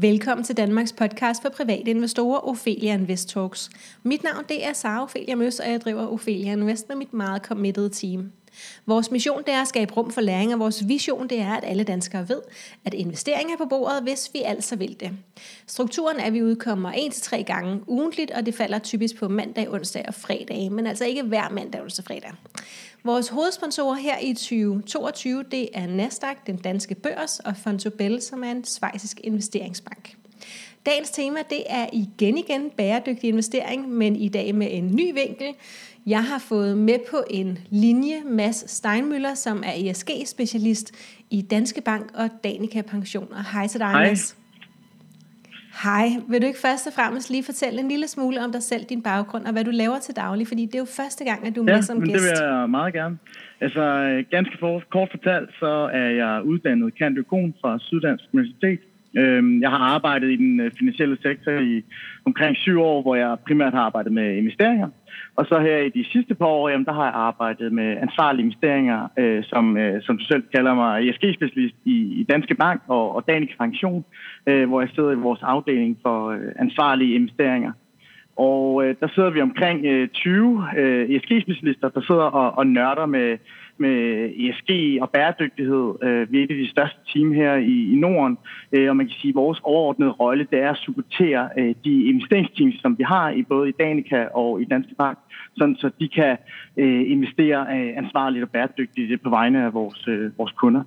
Velkommen til Danmarks podcast for private investorer, Ophelia Invest Talks. Mit navn det er Sara Ophelia Møs, og jeg driver Ophelia Invest med mit meget committed team. Vores mission det er at skabe rum for læring, og vores vision det er, at alle danskere ved, at investering er på bordet, hvis vi altså vil det. Strukturen er, at vi udkommer 1-3 gange ugentligt, og det falder typisk på mandag, onsdag og fredag, men altså ikke hver mandag, onsdag og fredag. Vores hovedsponsorer her i 2022, det er Nasdaq, den danske børs, og Vontobel, som er en schweizisk investeringsbank. Dagens tema, det er igen bæredygtig investering, men i dag med en ny vinkel. Jeg har fået med på en linje Mads Steinmüller, som er ESG-specialist i Danske Bank og Danica Pensioner. Hej til dig, Mads. Hej. Vil du ikke først og fremmest lige fortælle en lille smule om dig selv, din baggrund og hvad du laver til daglig? Fordi det er jo første gang, at du er med som gæst. Ja, det vil jeg meget gerne. Altså, ganske kort fortalt, så er jeg uddannet cand.økonom fra Syddansk Universitet. Jeg har arbejdet i den finansielle sektor i omkring 7 år, hvor jeg primært har arbejdet med investeringer. Og så her i de sidste par år, der har jeg arbejdet med ansvarlige investeringer, som du selv kalder mig, ESG-specialist i Danske Bank og Danica Pension, hvor jeg sidder i vores afdeling for ansvarlige investeringer. Og der sidder vi omkring 20 ESG-specialister, der sidder og nørder med ESG og bæredygtighed. Vi er et af de største team her i Norden, og man kan sige, at vores overordnede rolle det er at supportere de investeringsteams, som vi har i både i Danica og i Danske Bank, sådan så de kan investere ansvarligt og bæredygtigt på vegne af vores kunder.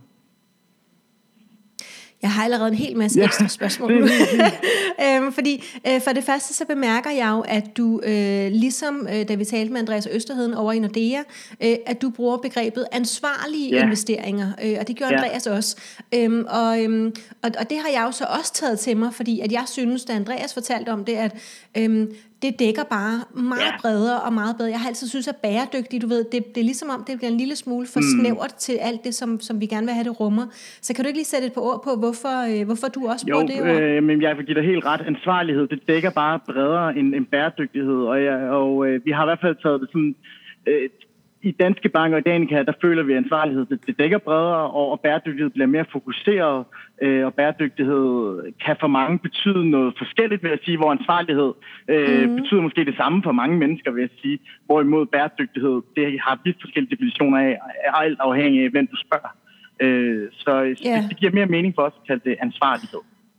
Jeg har allerede en hel masse ekstra spørgsmål nu. Fordi for det første så bemærker jeg jo, at du, ligesom da vi talte med Andreas Østerheden over i Nordea, at du bruger begrebet ansvarlige investeringer, og det gjorde Andreas også. Og det har jeg jo så også taget til mig, fordi at jeg synes, da Andreas fortalte om det, at det dækker bare meget bredere og meget bedre. Jeg har altid synes, at bæredygtigt, du ved, det er ligesom om, det bliver en lille smule for snævert til alt det, som vi gerne vil have, det rummer. Så kan du ikke lige sætte et par ord på, hvorfor du også bruger det ord? Men jeg vil give dig helt ret. Ansvarlighed, det dækker bare bredere end bæredygtighed. Og vi har i hvert fald taget det sådan... I Danske Bank og i Danica, der føler vi ansvarlighed. Det dækker bredere, og bæredygtighed bliver mere fokuseret, og bæredygtighed kan for mange betyde noget forskelligt, vil jeg sige, hvor ansvarlighed betyder måske det samme for mange mennesker, vil jeg sige. Hvorimod bæredygtighed, det har vidt forskellige definitioner af, alt afhængig af, hvem du spørger. Så det giver mere mening for os at kalde det ansvarlighed.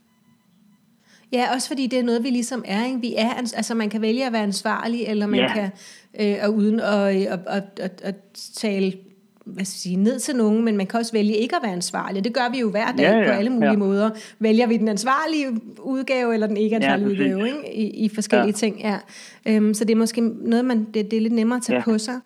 Ja, også fordi det er noget, vi ligesom er. Ikke? Vi er altså man kan vælge at være ansvarlig, eller man kan uden at tale ned til nogen, men man kan også vælge ikke at være ansvarlig. Det gør vi jo hver dag på alle mulige måder. Vælger vi den ansvarlige udgave, eller den ikke ansvarlige udgave, ikke? I forskellige ting. Ja. Så det er måske noget, det er lidt nemmere at tage på sig.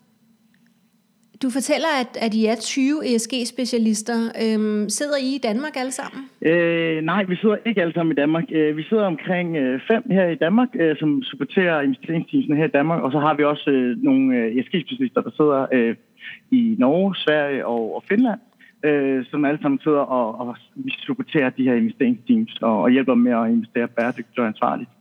Du fortæller, at I er 20 ESG-specialister. Sidder I Danmark alle sammen? Nej, vi sidder ikke alle sammen i Danmark. Vi sidder omkring 5 her i Danmark, som supporterer investeringsteamene her i Danmark. Og så har vi også nogle ESG-specialister, der sidder i Norge, Sverige og Finland, som alle sammen sidder og vi supporterer de her investeringsteams og hjælper dem med at investere bæredygtigt og ansvarligt.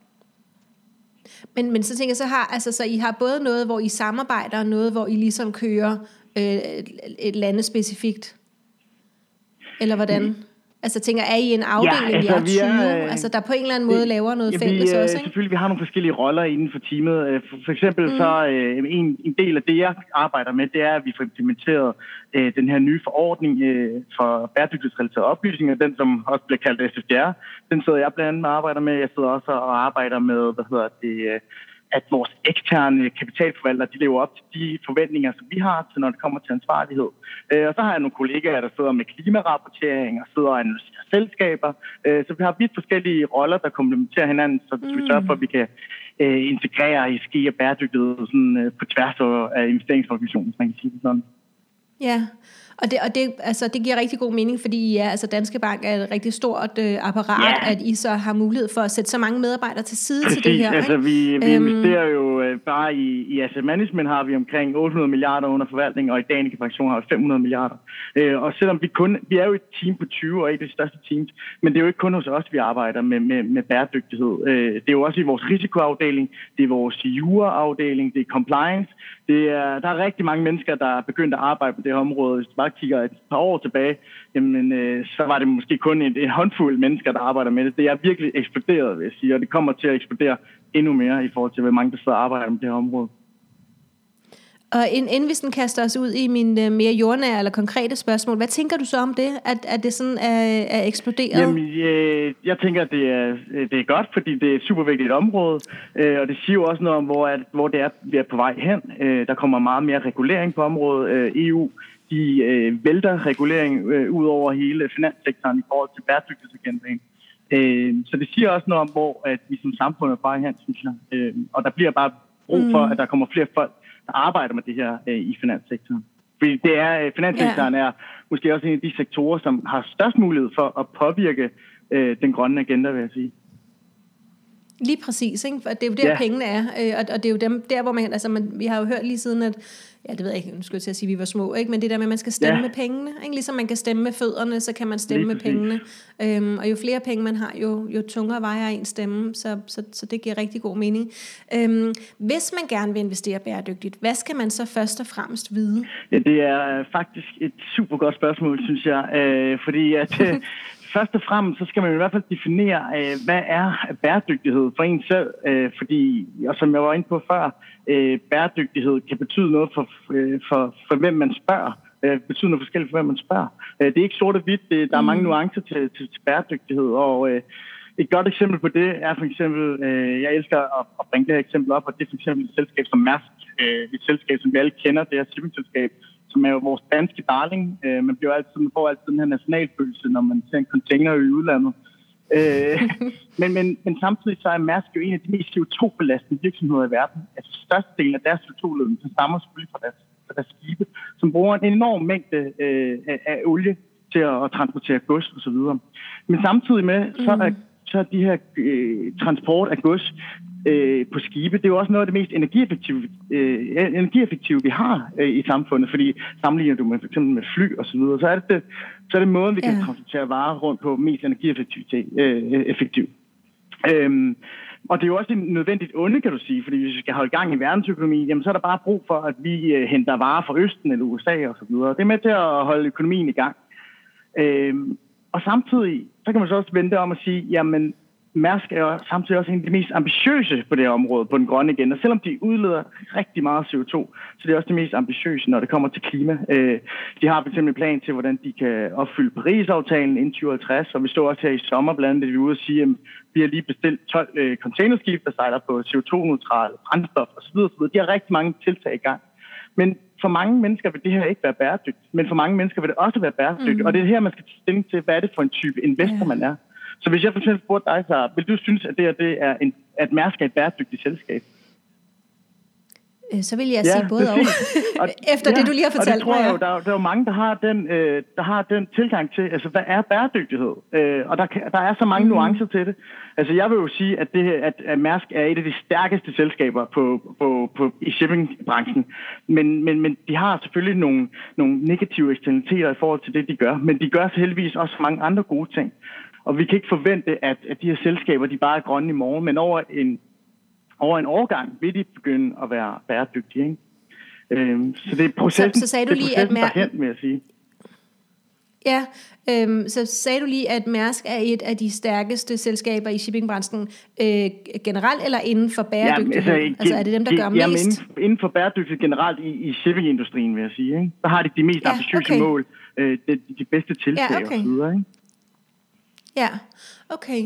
Men så tænker jeg, så I har både noget, hvor I samarbejder, og noget, hvor I ligesom kører et landespecifikt? Eller hvordan? Altså tænker, er I en afdeling, vi er 20? Der på en eller anden måde laver noget fælles også, ikke? Selvfølgelig, vi har nogle forskellige roller inden for teamet. For eksempel så en del af det, jeg arbejder med, det er, at vi får implementeret den her nye forordning for bæredygtighedsrelaterede oplysninger, den som også bliver kaldt SFDR. Den sidder jeg blandt andet og arbejder med. Jeg sidder også og arbejder med, at vores eksterne kapitalforvaltere, de lever op til de forventninger, som vi har til, når det kommer til ansvarlighed. Og så har jeg nogle kollegaer, der sidder med klimarapportering og sidder og analyserer selskaber. Så vi har vidt forskellige roller, der komplementerer hinanden, så vi sørger for, at vi kan integrere ESG og bæredygtighed sådan, på tværs af investeringsorganisationen, man kan sige det sådan. Ja, og det giver rigtig god mening, fordi Danske Bank er et rigtig stort apparat, at I så har mulighed for at sætte så mange medarbejdere til side til det her. Altså vi investerer jo bare i asset management har vi omkring 800 milliarder under forvaltning, og i Danica Pension har vi 500 milliarder. Og selvom vi er jo et team på 20 og et af de største teams, men det er jo ikke kun hos os, vi arbejder med bæredygtighed. Det er jo også i vores risikoafdeling, det er vores juraafdeling, det er compliance. Der er rigtig mange mennesker, der er begyndt at arbejde på det her område. Hvis du bare bare kigger et par år tilbage, jamen, så var det måske kun en håndfuld mennesker, der arbejder med det. Det er virkelig eksploderet, vil jeg sige, og det kommer til at eksplodere endnu mere i forhold til, hvor mange der sidder og arbejder med det her område. Og inden vi sådan kaster os ud i mine mere jordnære eller konkrete spørgsmål, hvad tænker du så om det, at det sådan er eksploderet? Jamen, jeg tænker, at det er godt, fordi det er et super vigtigt område, og det siger jo også noget om, hvor det er, vi er på vej hen. Der kommer meget mere regulering på området. EU, de vælter regulering ud over hele finanssektoren i forhold til bæredygtighedsagendaen. Så det siger også noget om, hvor at vi som samfund er på vej hen, synes jeg. Og der bliver bare brug for, at der kommer flere folk, der arbejder med det her i finanssektoren. Fordi finanssektoren er måske også en af de sektorer, som har størst mulighed for at påvirke den grønne agenda, vil jeg sige. Lige præcis, ikke? For det er jo der, pengene er, og det er jo dem, der, hvor vi har jo hørt lige siden, at, det ved jeg ikke, nu skal jeg til at sige, at vi var små, ikke? Men det der med, at man skal stemme med pengene, ikke? Ligesom man kan stemme med fødderne, så kan man stemme med pengene, og jo flere penge man har, jo tungere vejer en stemme, så det giver rigtig god mening. Hvis man gerne vil investere bæredygtigt, hvad skal man så først og fremmest vide? Ja, det er faktisk et super godt spørgsmål, synes jeg, fordi at først og fremmest, så skal man i hvert fald definere, hvad er bæredygtighed for en selv, fordi, og som jeg var inde på før, bæredygtighed kan betyde noget for hvem man spørger. Det betyder noget forskelligt for hvem man spørger. Det er ikke sort og hvidt, der er mange nuancer til bæredygtighed, og et godt eksempel på det er for eksempel, jeg elsker at bringe det her eksempel op, og det er for eksempel et selskab som Mærsk, et selskab, som vi alle kender, det er et shippingselskab, som er jo vores danske darling. Man får altid den her nationalfølelse, når man ser en container i udlandet. Men samtidig så er Mærsk jo en af de mest CO2-belastende virksomheder i verden. Altså størstedelen af deres CO2-ledning, så stammer selvfølgelig fra deres skibe, som bruger en enorm mængde af olie til at transportere gods osv. Men samtidig med, så er de her transport af gods på skibe, det er jo også noget af det mest energieffektive vi har i samfundet, fordi sammenligner du med for eksempel med fly og så videre, så er det måden, vi kan transportere varer rundt på mest energieffektivt. Og det er jo også en nødvendigt onde, kan du sige, fordi hvis vi skal holde gang i verdensøkonomien, jamen så er der bare brug for, at vi henter varer fra Østen eller USA og så videre. Det er med til at holde økonomien i gang. Og samtidig, så kan man så også vente om at sige, jamen Mærsk er jo samtidig også en af de mest ambitiøse på det her område, på den grønne agenda. Selvom de udleder rigtig meget CO2, så det er også det mest ambitiøse, når det kommer til klima. De har fx en plan til, hvordan de kan opfylde Paris-aftalen inden 2050, og vi står også her i sommer blandt andet, at vi er ude og sige, at vi har lige bestilt 12 containerskib, der sejler på CO2-neutrale brændstof osv. De har rigtig mange tiltag i gang. Men for mange mennesker vil det her ikke være bæredygtigt, men for mange mennesker vil det også være bæredygtigt. Og det er her, man skal tage stilling til, hvad er det for en type investor, man er. Så hvis jeg for eksempel spurgte dig, så vil du synes, at det er at Mærsk er et bæredygtigt selskab? Så vil jeg sige både og. Efter det, du lige har fortalt mig. Og det tror jeg jo, der er jo mange, der har den tilgang til, altså hvad er bæredygtighed? Og der er så mange nuancer til det. Altså jeg vil jo sige, at Mærsk er et af de stærkeste selskaber i shippingbranchen. Men de har selvfølgelig nogle negative eksternaliteter i forhold til det, de gør. Men de gør så heldigvis også mange andre gode ting. Og vi kan ikke forvente, at de her selskaber, de bare er grønne i morgen, men over en årgang vil de begynde at være bæredygtige. Ikke? Så det er processen, så sagde du lige, at derhen, vil jeg sige. Ja, så sagde du lige, at Mærsk er et af de stærkeste selskaber i shippingbranchen generelt, eller inden for bæredygtighed? Ja, altså er det dem, der gør mest? Jamen, inden for bæredygtighed generelt i shippingindustrien, vil jeg sige. Ikke? Der har de mest ambitiøse mål, de bedste tiltag og så videre, ikke? Ja, okay.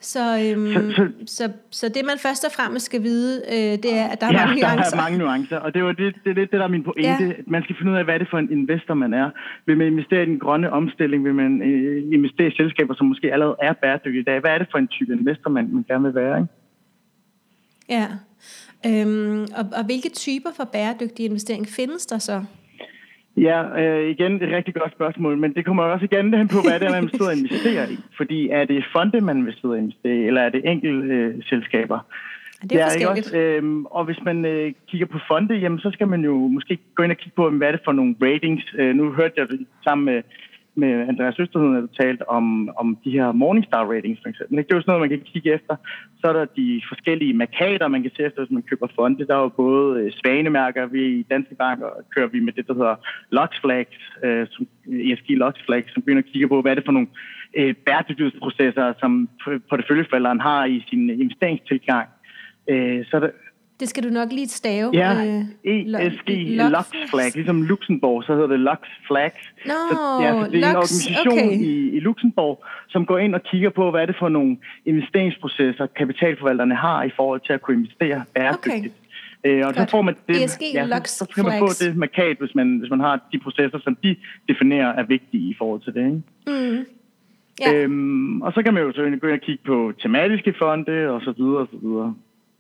Så det, man først og fremmest skal vide, det er, at der er mange nuancer. Der er mange nuancer, og det er det, der er min pointe. Ja. Man skal finde ud af, hvad er det for en investor, man er. Vil man investere i den grønne omstilling? Vil man investere i selskaber, som måske allerede er bæredygtige i dag? Hvad er det for en type investor, man gerne vil være? Ikke? Ja, og hvilke typer for bæredygtig investering findes der så? Ja, igen et rigtig godt spørgsmål, men det kommer også igen hen på, hvad det er, man sidder og investerer i. Fordi er det fonde, man vil sidde og investere i, eller er det enkelte selskaber? Det er forskelligt. Også, og hvis man kigger på fonde, jamen, så skal man jo måske gå ind og kigge på, hvad er det for nogle ratings. Nu hørte jeg det sammen med Andreas Østerheden, du talte om de her Morningstar ratings for eksempel. Det er jo sådan noget, man kan kigge efter. Så er der de forskellige markader, man kan se efter, hvis man køber fonde. Der er jo både svanemærker. Vi i Danske Bank kører vi med det, der hedder Lux Flags, ESG Lux Flags, som begynder at kigge på, hvad er det for nogle bæredygtighedsprocesser, som porteføljeforvalteren har i sin investeringstilgang. Så der, det skal du nok lige stave. Ja, ESG Lux Flag, ligesom Luxembourg, så hedder det Lux Flags. No, så det er en organisation i Luxembourg, som går ind og kigger på, hvad er det for nogle investeringsprocesser, kapitalforvalterne har i forhold til at kunne investere bæredygtigt. Og så får man det, så kan man få det markat, hvis man har de processer, som de definerer er vigtige i forhold til det. Ikke? Mm. Yeah. Og så kan man jo så gå ind og kigge på tematiske fonde og så videre og så videre.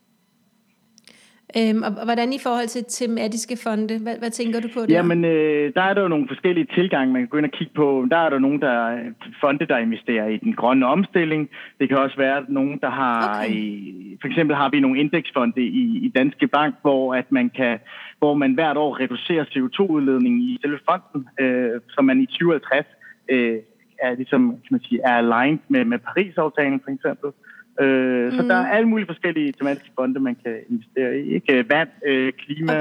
Og hvordan i forhold til tematiske fonde? Hvad tænker du på der? Jamen, der er der jo nogle forskellige tilgange, man kan gå ind og kigge på. Der er der nogen, fonde, der investerer i den grønne omstilling. Det kan også være nogen, der har for eksempel har vi nogle indeksfonde i Danske Bank, hvor man hvert år reducerer CO2-udledningen i selve fonden, så man i 2050 er ligesom, kan man sige, er aligned med Paris-aftalen for eksempel. Så der er alle mulige forskellige tematiske fonde, man kan investere i. Ikke? Vand, klima,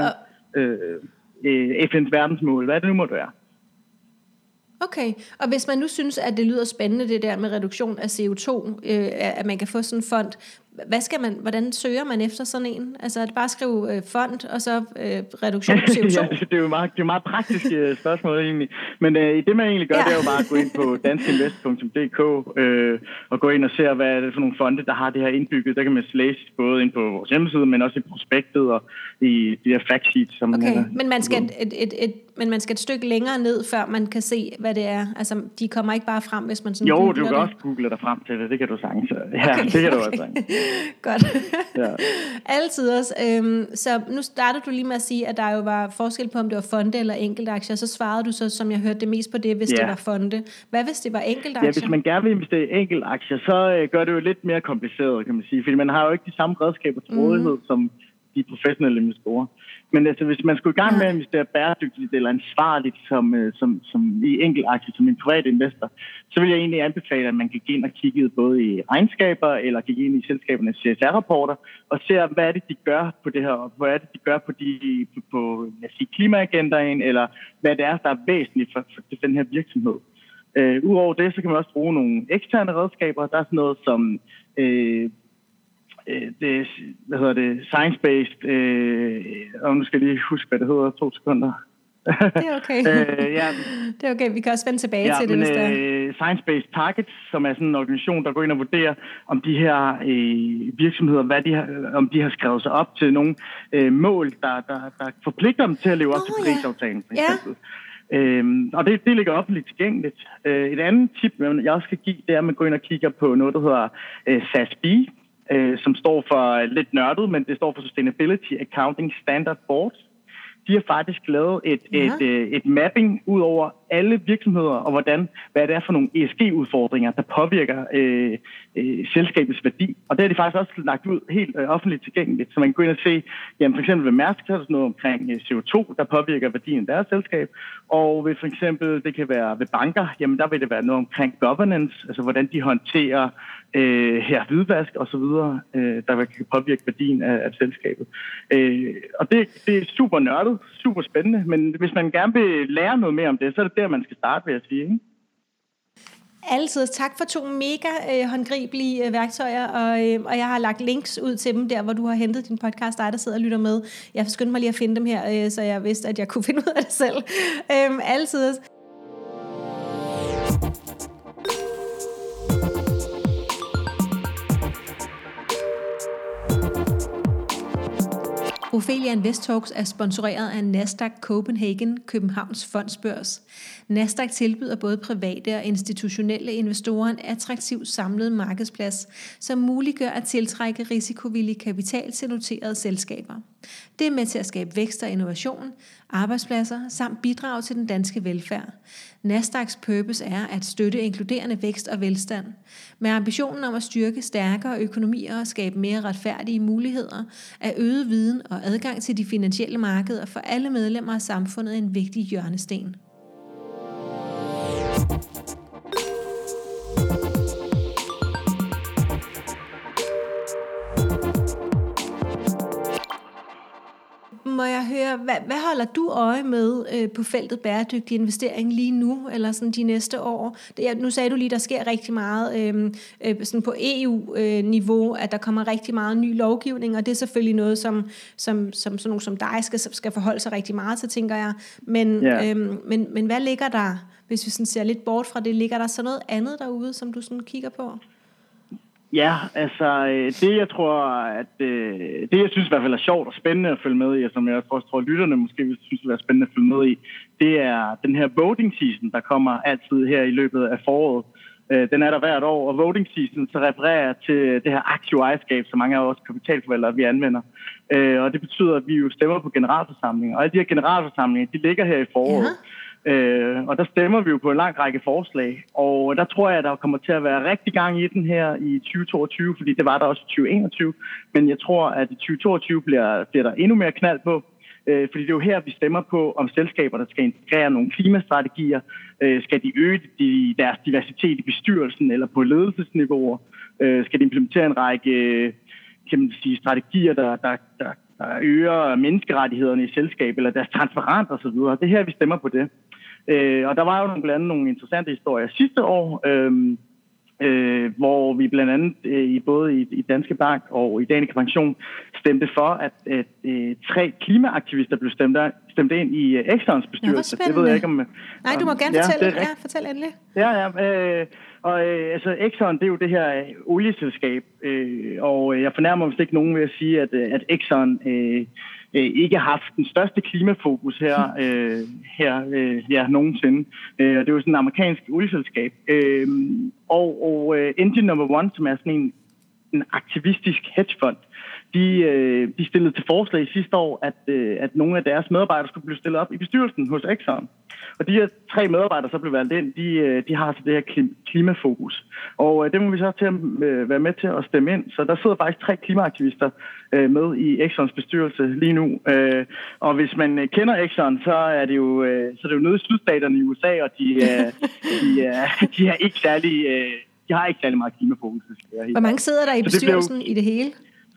FN's verdensmål, hvad det nu må være. Okay, og hvis man nu synes, at det lyder spændende, det der med reduktion af CO2, at man kan få sådan en fond, hvordan søger man efter sådan en? Altså er det bare at skrive fond, og så reduktion af CO2? Ja, det er jo meget praktisk spørgsmål egentlig. Men det man egentlig gør, det er jo bare at gå ind på danskinvest.dk og gå ind og se, hvad er det for nogle fonde, der har det her indbygget. Der kan man læse både ind på vores hjemmeside, men også i prospektet og i de her fact sheets. Som men man skal et stykke længere ned, før man kan se, hvad det er. Altså, de kommer ikke bare frem, hvis man sådan Jo, du kan også google dig frem til det. Det kan du sagtens. Ja, det kan du også sagtens. Godt. Ja. Altid også. Så nu starter du lige med at sige, at der jo var forskel på, om det var fonde eller enkeltaktier. Så svarede du så, som jeg hørte det mest på det, hvis det var fonde. Hvad hvis det var enkeltaktier? Ja, hvis man gerne vil investere i enkeltaktier, så gør det jo lidt mere kompliceret, kan man sige. Fordi man har jo ikke de samme redskaber til rådighed, som de professionelle investorer. Men altså, hvis man skulle i gang med at investere bæredygtigt eller ansvarligt som i enkeltaktier, som en privat investor, så vil jeg egentlig anbefale, at man kan gå ind og kigge både i regnskaber eller kigge ind i selskabernes CSR-rapporter og se, hvad er det, de gør på det her, hvad er det, de gør på klimaagendaen, eller hvad det er, der er væsentligt for den her virksomhed. Udover det, så kan man også bruge nogle eksterne redskaber. Der er sådan noget som science-based, og nu skal jeg lige huske, hvad det hedder, 2 sekunder. Det er okay. Det er okay, vi kan også vende tilbage til det, hvis der Science-based Targets, som er sådan en organisation, der går ind og vurderer, om de her virksomheder, om de har skrevet sig op til nogle mål, der forpligter dem til at leve op til Paris-aftalen, for eksempel. Og det ligger offentligt tilgængeligt. Et andet tip, jeg også skal give, det er, at man går ind og kigger på noget, der hedder SASB, som står for lidt nørdet, men det står for Sustainability Accounting Standard Board. De har faktisk lavet et mapping ud over alle virksomheder, og hvad det er for nogle ESG-udfordringer, der påvirker selskabets værdi. Og det har de faktisk også lagt ud helt offentligt tilgængeligt, så man kan gå ind og se, jamen for eksempel ved Mærsk, så er der sådan noget omkring CO2, der påvirker værdien af deres selskab. Og ved for eksempel, det kan være ved banker, jamen der vil det være noget omkring governance, altså hvordan de håndterer hvidvask og så videre, der kan påvirke værdien af selskabet. Og det er super nørdet, super spændende, men hvis man gerne vil lære noget mere om det, så er det der, man skal starte, vil jeg sige, ikke? Altid. Tak for 2 mega håndgribelige værktøjer, og jeg har lagt links ud til dem, der hvor du har hentet din podcast, der sidder og lytter med. Jeg skyndte mig lige at finde dem her, så jeg vidste, at jeg kunne finde ud af det selv. Altid. Ophelia Invest Talks er sponsoreret af Nasdaq Copenhagen, Københavns fondsbørs. Nasdaq tilbyder både private og institutionelle investorer en attraktiv samlet markedsplads, som muliggør at tiltrække risikovillig kapital til noterede selskaber. Det er med til at skabe vækst og innovation, arbejdspladser samt bidrage til den danske velfærd. Nasdaqs purpose er at støtte inkluderende vækst og velstand. Med ambitionen om at styrke stærkere økonomier og skabe mere retfærdige muligheder, er øget viden og adgang til de finansielle markeder for alle medlemmer af samfundet en vigtig hjørnesten. Må jeg høre, hvad holder du øje med på feltet bæredygtig investering lige nu, eller sådan de næste år? Nu sagde du lige, der sker rigtig meget sådan på EU-niveau, at der kommer rigtig meget ny lovgivning, og det er selvfølgelig noget, som sådan nogen som dig skal forholde sig rigtig meget til, tænker jeg. Men hvad ligger der, hvis vi sådan ser lidt bort fra det, ligger der så noget andet derude, som du sådan kigger på? Ja, altså det jeg tror, at det jeg synes i hvert fald er sjovt og spændende at følge med i, og som jeg også tror lytterne måske vil synes er spændende at følge med i, det er den her voting season, der kommer altid her i løbet af foråret. Den er der hvert år, og voting season så refererer til det her aktive ejerskab, som mange af os kapitalforvaltere vi anvender. Og det betyder, at vi jo stemmer på generalforsamlinger, og alle de her generalforsamlinger, de ligger her i foråret. Ja. Og der stemmer vi jo på en lang række forslag, og der tror jeg, at der kommer til at være rigtig gang i den her i 2022, fordi det var der også i 2021, men jeg tror, at i 2022 bliver der endnu mere knald på, fordi det er jo her, vi stemmer på, om selskaber, der skal integrere nogle klimastrategier, skal de øge deres diversitet i bestyrelsen eller på ledelsesniveauer, skal de implementere en række kan man sige, strategier, der øger menneskerettighederne i selskab, eller deres transparens og så videre. Det er her, vi stemmer på det. Og der var jo blandt andet nogle interessante historier sidste år, hvor vi blandt andet både i Danske Bank og i Danica Pension stemte for, at 3 klimaaktivister blev stemt ind i Exxons bestyrelse. Det ved jeg ikke om... Nej, du må gerne fortælle. Ja, fortæl endelig. Altså Exxon, det er jo det her olieselskab, og jeg fornærmer vist ikke nogen ved at sige, at Exxon ikke har haft den største klimafokus her nogensinde. Og det er jo sådan en amerikansk olieselskab. Og Engine Number One, som er sådan en aktivistisk hedgefond, de stillede til forslag sidste år, at nogle af deres medarbejdere skulle blive stillet op i bestyrelsen hos Exxon. Og de her 3 medarbejdere, så blev valgt ind, de har altså det her klimafokus. Og det må vi så til at være med til at stemme ind. Så der sidder faktisk 3 klimaaktivister med i Exxons bestyrelse lige nu. Og hvis man kender Exxon, så er det jo nede i sydstaterne i USA, og de har ikke særlig meget klimafokus. Hvor mange sidder der i bestyrelsen i det hele?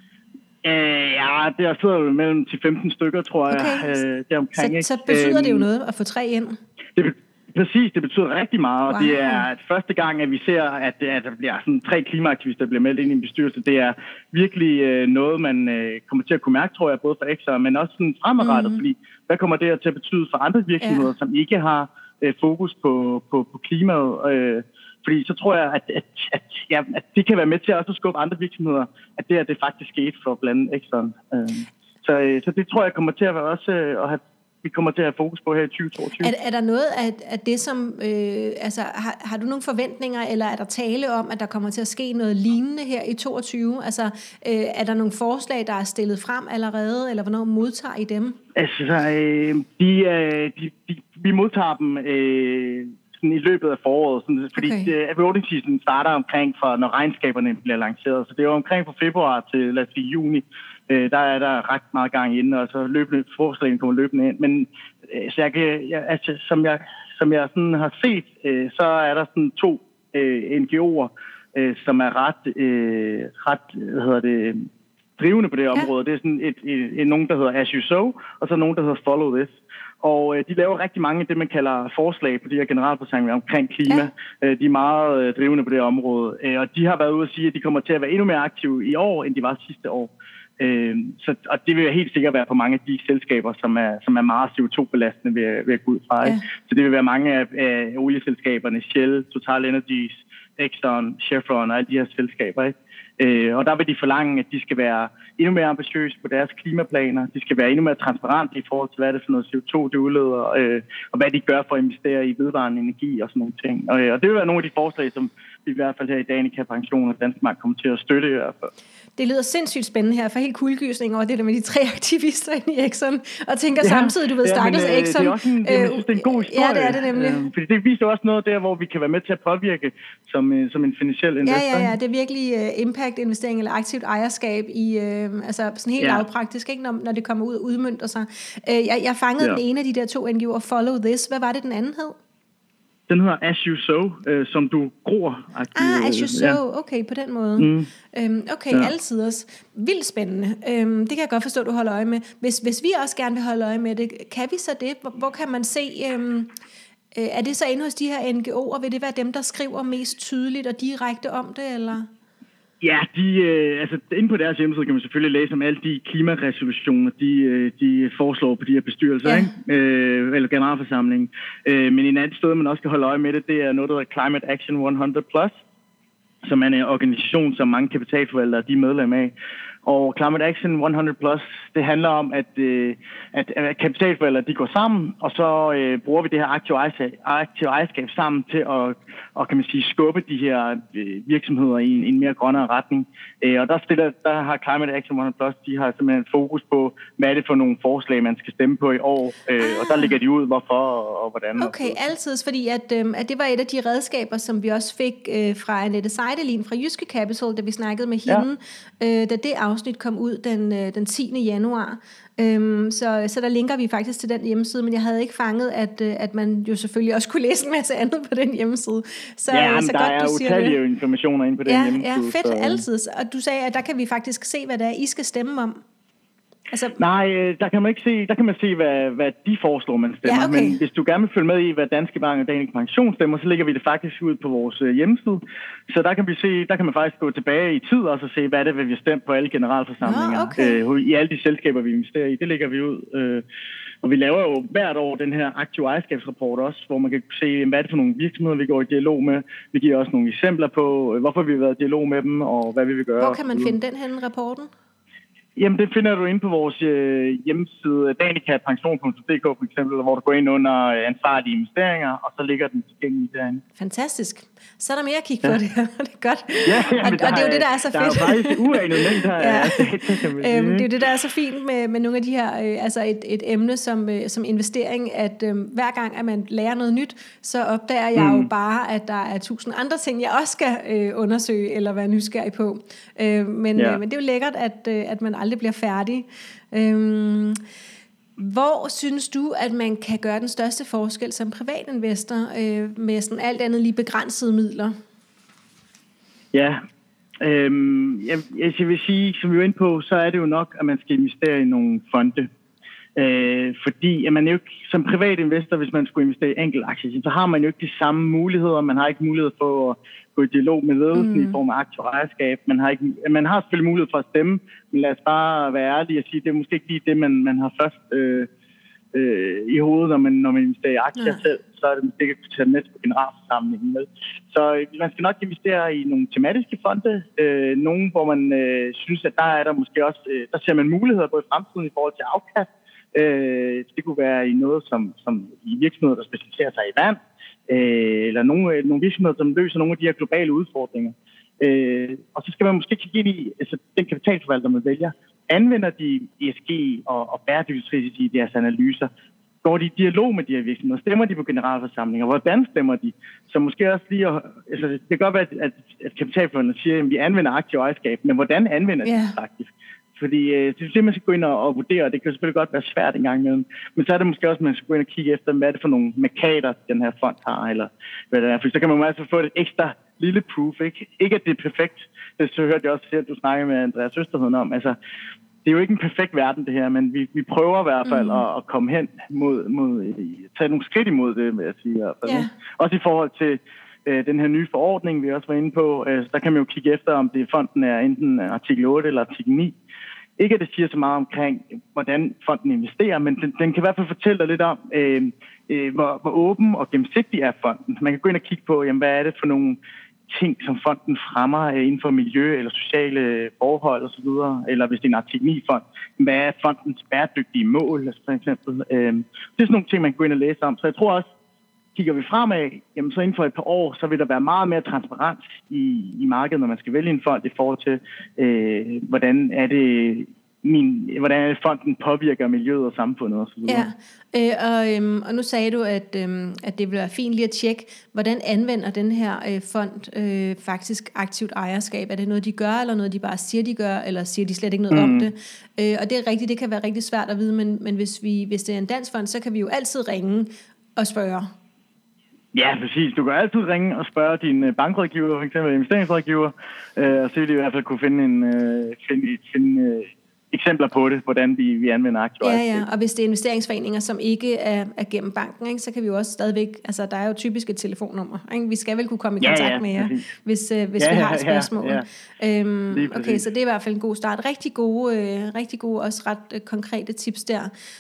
Der sidder jo mellem 10-15 stykker, tror jeg. Deromkring, så betyder det jo noget at få 3 ind? Præcis, det betyder rigtig meget, og det er første gang, at vi ser, at der bliver sådan 3 klimaaktivister, der bliver meldt ind i en bestyrelse. Det er virkelig noget, man kommer til at kunne mærke, tror jeg, både for Exxon, men også sådan fremadrettet, fordi hvad kommer det til at betyde for andre virksomheder, som ikke har fokus på klimaet? Fordi så tror jeg, at det kan være med til også at skubbe andre virksomheder, at det faktisk skete for blandt andet Exxon. Så det tror jeg kommer til at være også vi kommer til at have fokus på her i 2022. Er der noget af det, som... har du nogle forventninger, eller er der tale om, at der kommer til at ske noget lignende her i 2022? Altså, er der nogle forslag, der er stillet frem allerede, eller hvornår modtager I dem? Altså, vi modtager dem... sådan i løbet af foråret, sådan, fordi voting season starter omkring for når regnskaberne bliver lanceret, så det er jo omkring fra februar til lad os sige juni. Der er der ret meget gang inde, og så løbende forslagene kommer løbende ind. Men så som jeg sådan har set, så er der sådan 2 NGO'er, som er ret drivende på det område. Det er sådan nogen, der hedder As You Sow, og så nogen, der hedder Follow This. Og de laver rigtig mange af det, man kalder forslag på de her generalforsamlinger omkring klima. De er meget drivende på det område. Og de har været ude at sige, at de kommer til at være endnu mere aktive i år, end de var sidste år. Og det vil helt sikkert være på mange af de selskaber, som er meget CO2-belastende ved at gå ud fra. Ja. Så det vil være mange af olieselskaberne, Shell, Total Energies, Exxon, Chevron og alle de her selskaber. Ikke? Og der vil de forlange, at de skal være endnu mere ambitiøse på deres klimaplaner. De skal være endnu mere transparente i forhold til, hvad det er for noget CO2, det udleder, og hvad de gør for at investere i vedvarende energi og sådan nogle ting. Og det vil være nogle af de forslag, som vi i hvert fald her i Danica Pension og Danske Bank kommer til at støtte i hvert fald. Det lyder sindssygt spændende her, for helt kuldegysning over det der med de 3 aktivister inde i Exxon, og tænker samtidig, du ved, stakkels Exxon. Det er også det er en god historie. Ja, det er det nemlig. Fordi det viser også noget der, hvor vi kan være med til at påvirke som en finansiel investor. Ja, det er virkelig impact-investering eller aktivt ejerskab i, altså sådan helt lavpraktisk, ikke, når det kommer ud og udmønter sig. Jeg fangede den ene af de der 2 NGO'er, Follow This. Hvad var det, den anden hed? Den hedder As You Sow, som du gror. As You Sow, okay, på den måde. Okay, ja. Altid også. Vildt spændende. Det kan jeg godt forstå, du holder øje med. Hvis vi også gerne vil holde øje med det, kan vi så det? Hvor kan man se... er det så inde hos de her NGO'er? Vil det være dem, der skriver mest tydeligt og direkte om det, eller... Ja, inde på deres hjemmeside kan man selvfølgelig læse om alle de klimaresolutioner, de foreslår på de her bestyrelser, ja. Ikke? Eller generalforsamlingen. Men en anden sted, man også kan holde øje med det er noget, der hedder Climate Action 100+, som er en organisation, som mange kapitalforvaltere de er medlem af. Og Climate Action 100+, det handler om, at kapitalforvaltere de går sammen, og så bruger vi det her aktive ejerskab sammen til at kan man sige, skubbe de her virksomheder i en mere grønnere retning. Og der har Climate Action 100+, de har simpelthen fokus på, hvad er det for nogle forslag, man skal stemme på i år. Og der ligger de ud, hvorfor og hvordan. Okay, altid, fordi at det var et af de redskaber, som vi også fik fra Annette Seidelin fra Jyske Capital, da vi snakkede med hende, da det afsnit kom ud den 10. januar. Så der linker vi faktisk til den hjemmeside, men jeg havde ikke fanget, at man jo selvfølgelig også kunne læse en masse andet på den hjemmeside. Så, så der godt, er utallige informationer inde på den hjemmeside. Ja, fedt, altid. Og du sagde, at der kan vi faktisk se, hvad det er, I skal stemme om. Altså... Nej, der kan man ikke se. Der kan man se, hvad de foreslår, man stemmer. Ja, okay. Men hvis du gerne vil følge med i, hvad Danske Bank og Danish Pension stemmer, så lægger vi det faktisk ud på vores hjemmeside. Så der kan man faktisk gå tilbage i tid og så se, hvad det er, vi har stemt på alle generalforsamlinger. I alle de selskaber, vi investerer i. Det lægger vi ud. Og vi laver jo hvert år den her aktive ejerskabsrapport også, hvor man kan se, hvad er det for nogle virksomheder, vi går i dialog med. Vi giver også nogle eksempler på, hvorfor vi har været i dialog med dem, og hvad vi vil gøre. Hvor kan man finde den henne, rapporten? Jamen, det finder du inde på vores hjemmeside, danica.pension.dk for eksempel, hvor du går ind under ansvarlige investeringer, og så ligger den tilgængelig derinde. Fantastisk. Så er der mere at kigge på det. Det er godt. Ja, og det er jo det, der er så fedt. Der er jo faktisk uanet mængder af det er jo det, der er så fint med nogle af de her, altså et emne som investering, at hver gang, at man lærer noget nyt, så opdager jeg jo bare, at der er 1000 andre ting, jeg også skal undersøge eller være nysgerrig på. Men det er jo lækkert, at man aldrig bliver færdig. Hvor synes du, at man kan gøre den største forskel som privatinvestor med sådan alt andet lige begrænsede midler? Ja, jeg vil sige, som vi var inde på, så er det jo nok, at man skal investere i nogle fonde. Fordi at man jo ikke, som privatinvestor, hvis man skulle investere i enkeltaktier, så har man jo ikke de samme muligheder. Man har ikke mulighed for at gå i dialog med ledelsen i form af aktiv ejerskab. Man har selvfølgelig mulighed for at stemme, men lad os bare være ærlige og sige, at det er måske ikke lige det, man har først i hovedet, når man investerer i aktier selv. Så er det måske ikke at kunne tage med på generalforsamlingen med. Så man skal nok investere i nogle tematiske fonde. Nogle, hvor man synes, at der er der måske også, der ser man muligheder både i fremtiden i forhold til afkast. Det kunne være i noget som i virksomheder, der specialiserer sig i vand, eller nogle virksomheder, som løser nogle af de her globale udfordringer. Og så skal man måske kigge ind i den kapitalforvalter, man vælger. Anvender de ESG og bæredygtighedsrisici i deres analyser? Går de i dialog med de her virksomheder? Stemmer de på generalforsamlinger? Hvordan stemmer de? Så måske også lige... det kan godt være, at kapitalforvalterne siger, at vi anvender aktiv ejerskab, men hvordan anvender de det faktisk? Fordi det er det, man skal gå ind og vurdere, det kan selvfølgelig godt være svært en gang imellem. Men så er det måske også, at man skal gå ind og kigge efter, hvad er det for nogle markader, den her fond har, eller hvad det er. For så kan man altså få et ekstra lille proof, ikke? Ikke at det er perfekt. Det så hørte jeg også selv, at du snakkede med Andreas Østerheden om. Altså, det er jo ikke en perfekt verden, det her, men vi prøver i hvert fald at komme hen mod tage nogle skridt imod det, vil jeg sige. Også i forhold til den her nye forordning, vi også var inde på, der kan man jo kigge efter, om det fonden er enten artikel 8 eller artikel 9. Ikke at det siger så meget omkring, hvordan fonden investerer, men den kan i hvert fald fortælle dig lidt om, hvor åben og gennemsigtig er fonden. Man kan gå ind og kigge på, jamen, hvad er det for nogle ting, som fonden fremmer inden for miljø eller sociale forhold osv., eller hvis det er en artikel 9-fond, hvad er fondens bæredygtige mål, for eksempel. Det er sådan nogle ting, man kan gå ind og læse om. Så jeg tror også, kigger vi fremad, jamen så inden for et par år, så vil der være meget mere transparens i markedet, når man skal vælge en fond i forhold til, hvordan er det fonden påvirker miljøet og samfundet osv. Ja, og nu sagde du, at det vil være fint lige at tjekke, hvordan anvender den her fond faktisk aktivt ejerskab? Er det noget, de gør, eller noget, de bare siger, de gør, eller siger de slet ikke noget om det? Og det er rigtigt, det kan være rigtig svært at vide, men hvis det er en dansk fond, så kan vi jo altid ringe og spørge. Ja, præcis. Du kan altid ringe og spørge din bankrådgiver, for eksempel investeringsrådgiver, og så vil de i hvert fald kunne finde eksempler på det, hvordan vi anvender aktier. Ja, og hvis det er investeringsforeninger, som ikke er gennem banken, ikke, så kan vi jo også stadigvæk, altså der er jo typisk et telefonnummer, ikke? Vi skal vel kunne komme i kontakt med jer, hvis vi har et spørgsmål. Okay, så det er i hvert fald en god start. Rigtig gode også ret konkrete tips der.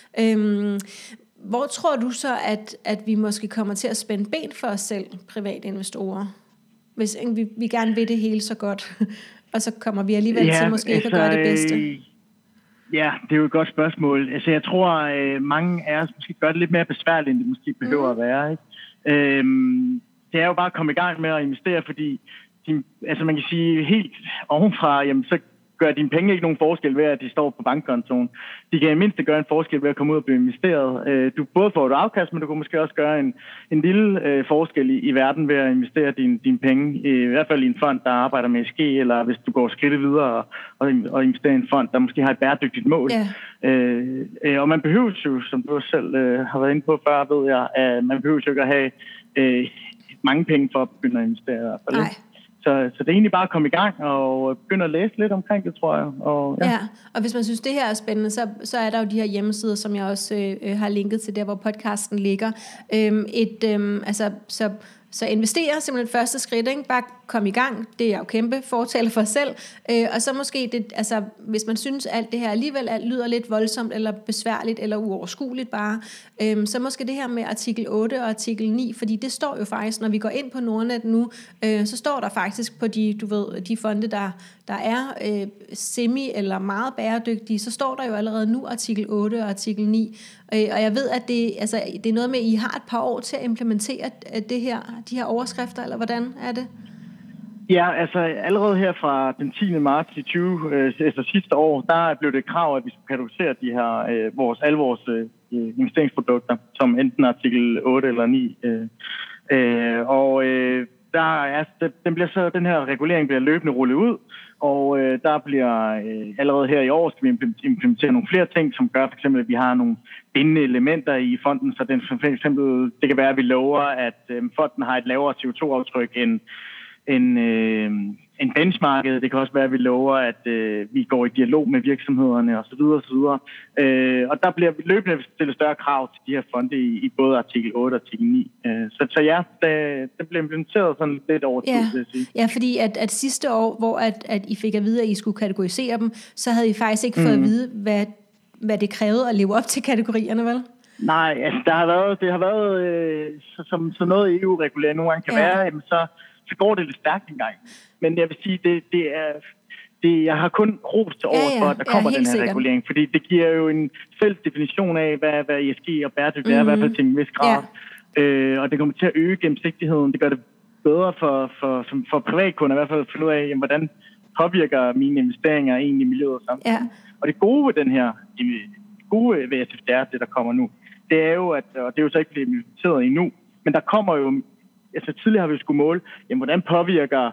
Hvor tror du så, at vi måske kommer til at spænde ben for os selv, private investorer? Hvis vi gerne vil det hele så godt, og så kommer vi alligevel til måske ikke at gøre det bedste. Ja, det er jo et godt spørgsmål. Altså, jeg tror, mange af os måske gør det lidt mere besværligt, end det måske behøver at være. Ikke? Det er jo bare at komme i gang med at investere, fordi altså man kan sige helt ovenfra, jamen, så gør dine penge ikke nogen forskel ved, at de står på bankkontoen. De kan i mindste gøre en forskel ved at komme ud og blive investeret. Du både får et afkast, men du kan måske også gøre en lille forskel i verden ved at investere dine penge. I hvert fald i en fond, der arbejder med ESG, eller hvis du går skridtet videre og investerer i en fond, der måske har et bæredygtigt mål. Yeah. Og man behøver jo, som du selv har været inde på før, ved jeg, at man behøver jo ikke at have mange penge for at begynde at investere. I hvert fald. Så det er egentlig bare at komme i gang og begynde at læse lidt omkring det, tror jeg. Og hvis man synes, det her er spændende, så er der jo de her hjemmesider, som jeg også har linket til der, hvor podcasten ligger. Så investere simpelthen første skridt, ikke? Bare kom i gang. Det er jeg jo kæmpe fortaler for selv. Og så måske, hvis man synes, alt det her alligevel lyder lidt voldsomt, eller besværligt, eller uoverskueligt bare, så måske det her med artikel 8 og artikel 9, fordi det står jo faktisk, når vi går ind på Nordnet nu, så står der faktisk på de fonde, der er semi eller meget bæredygtige, så står der jo allerede nu artikel 8 og artikel 9. Og jeg ved, at det er noget med, at I har et par år til at implementere de her overskrifter, eller hvordan er det? Ja, altså allerede her fra den 10. marts i 20, altså sidste år, der blev det krav, at vi skulle kategorisere de her, alle vores investeringsprodukter, som enten artikel 8 eller 9. Den her regulering bliver løbende rullet ud, og der bliver allerede her i år skal vi implementere nogle flere ting, som gør for eksempel, at vi har nogle bindende elementer i fonden, så for eksempel, det kan være, at vi lover, at fonden har et lavere CO2-aftryk end benchmarket. Det kan også være, at vi lover, at vi går i dialog med virksomhederne osv. Og der bliver løbende stillet større krav til de her fonde i både artikel 8 og artikel 9. Så ja, det blev implementeret sådan lidt over tid, vil jeg sige. Ja, fordi at sidste år, hvor at I fik at vide, at I skulle kategorisere dem, så havde I faktisk ikke fået at vide, hvad det krævede at leve op til kategorierne, vel? Nej, altså det har været som noget EU-regulering nogle gange kan være, jamen, så går det lidt stærkt engang. Men jeg vil sige, jeg har kun ros til over for, at der kommer den her regulering, fordi det giver jo en fælles definition af, hvad ESG og bæredygtighed er, i hvert fald til en vis grad. Og det kommer til at øge gennemsigtigheden. Det gør det bedre for privatkunder, i hvert fald at finde ud af, hvordan påvirker mine investeringer egentlig miljøet og samfundet. Og det gode ved den her, ved SFDR, det der kommer nu, det er jo, og det er jo så ikke blevet implementeret endnu, men der kommer jo, altså tidligere har vi jo skulle måle, jamen, hvordan påvirker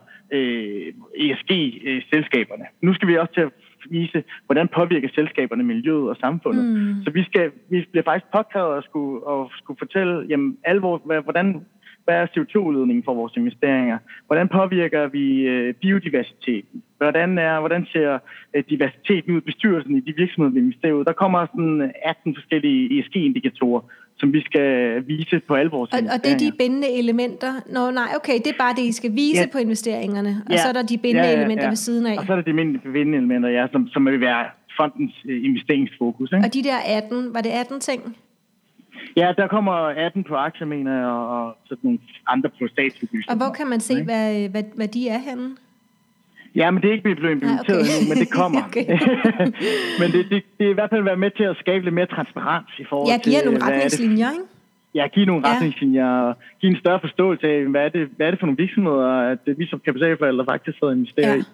ESG-selskaberne. Nu skal vi også til at vise, hvordan påvirker selskaberne miljøet og samfundet. Så vi bliver faktisk påkrævet at skulle fortælle, jamen, hvad er CO2-udledningen for vores investeringer? Hvordan påvirker vi biodiversiteten? Hvordan ser diversiteten ud i bestyrelsen i de virksomheder, vi investerer ud? Der kommer sådan 18 forskellige ESG-indikatorer, som vi skal vise på alle vores investeringer. Og det er de bindende elementer? Det er bare det, I skal vise på investeringerne. Og så er der de bindende elementer ved siden af. Og så er der de bindende elementer, som vil være fondens investeringsfokus. Ikke? Og de der 18, var det 18 ting? Ja, der kommer 18 på aktier, mener jeg, og sådan nogle andre på statsoplysninger. Og hvor kan man se, hvad de er henne? Ja, men det er ikke blevet implementeret endnu, men det kommer. Men det er i hvert fald været med til at skabe lidt mere transparens i forhold til... Ja, giver nogle retningslinjer, ikke? Ja, give nogle retningslinjer og give en større forståelse af, hvad er det for nogle virksomheder, at vi som kapitalforvaltere faktisk sidder og investerer i.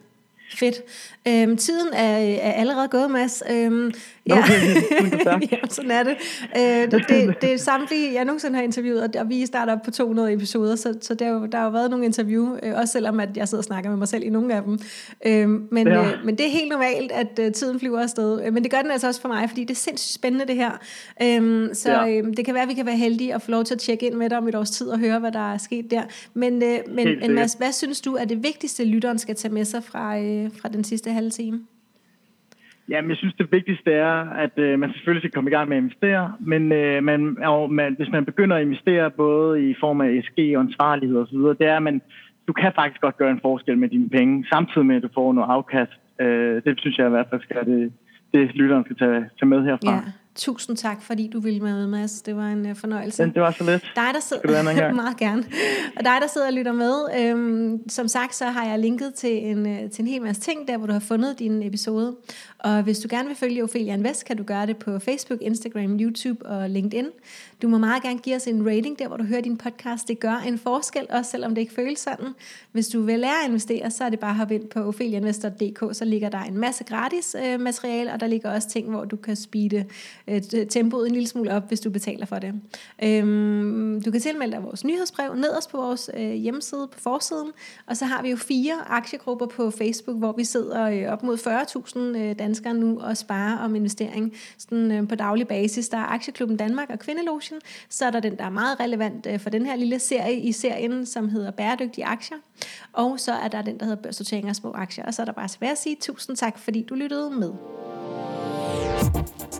Fedt. Tiden er allerede gået, Mads. Ja. Ja, sådan er det. Det er samtlige, jeg nogensinde har interviewet, og vi starter op på 200 episoder, så der har jo været nogle interview, også selvom at jeg sidder og snakker med mig selv i nogle af dem. Men det er helt normalt, at tiden flyver afsted. Men det gør den altså også for mig, fordi det er sindssygt spændende det her. Det kan være, at vi kan være heldige og få lov til at tjekke ind med dig om et års tid og høre, hvad der er sket der. Men Mads, hvad synes du er det vigtigste, lytteren skal tage med sig fra den sidste halve time? Jamen, jeg synes, det vigtigste er, at man selvfølgelig skal komme i gang med at investere, men hvis man begynder at investere både i form af ESG og ansvarlighed osv., det er, at du kan faktisk godt gøre en forskel med dine penge, samtidig med, at du får noget afkast. Det synes jeg i hvert fald skal det lytteren skal tage med herfra. Ja. Tusind tak, fordi du ville med, Mads. Det var en fornøjelse. Det var så lidt. Dig, der sidder meget gerne. Og dig, der sidder og lytter med. Som sagt, så har jeg linket til en hel masse ting, der hvor du har fundet din episode. Og hvis du gerne vil følge Ophelia Invest, kan du gøre det på Facebook, Instagram, YouTube og LinkedIn. Du må meget gerne give os en rating der, hvor du hører din podcast. Det gør en forskel, også selvom det ikke føles sådan. Hvis du vil lære at investere, så er det bare at hoppe ind på opheliainvestor.dk, så ligger der en masse gratis materiale, og der ligger også ting, hvor du kan speede tempoet en lille smule op, hvis du betaler for det. Du kan tilmelde dig vores nyhedsbrev nederst på vores hjemmeside på forsiden, og så har vi jo 4 aktiegrupper på Facebook, hvor vi sidder op mod 40.000 danskere nu og sparer om investering sådan, på daglig basis. Der er Aktieklubben Danmark og Kvindelogen, så er der den, der er meget relevant for den her lille serie i serien, som hedder Bæredygtige Aktier, og så er der den, der hedder Børssortering af små aktier, og så er der bare tilbage at sige tusind tak, fordi du lyttede med.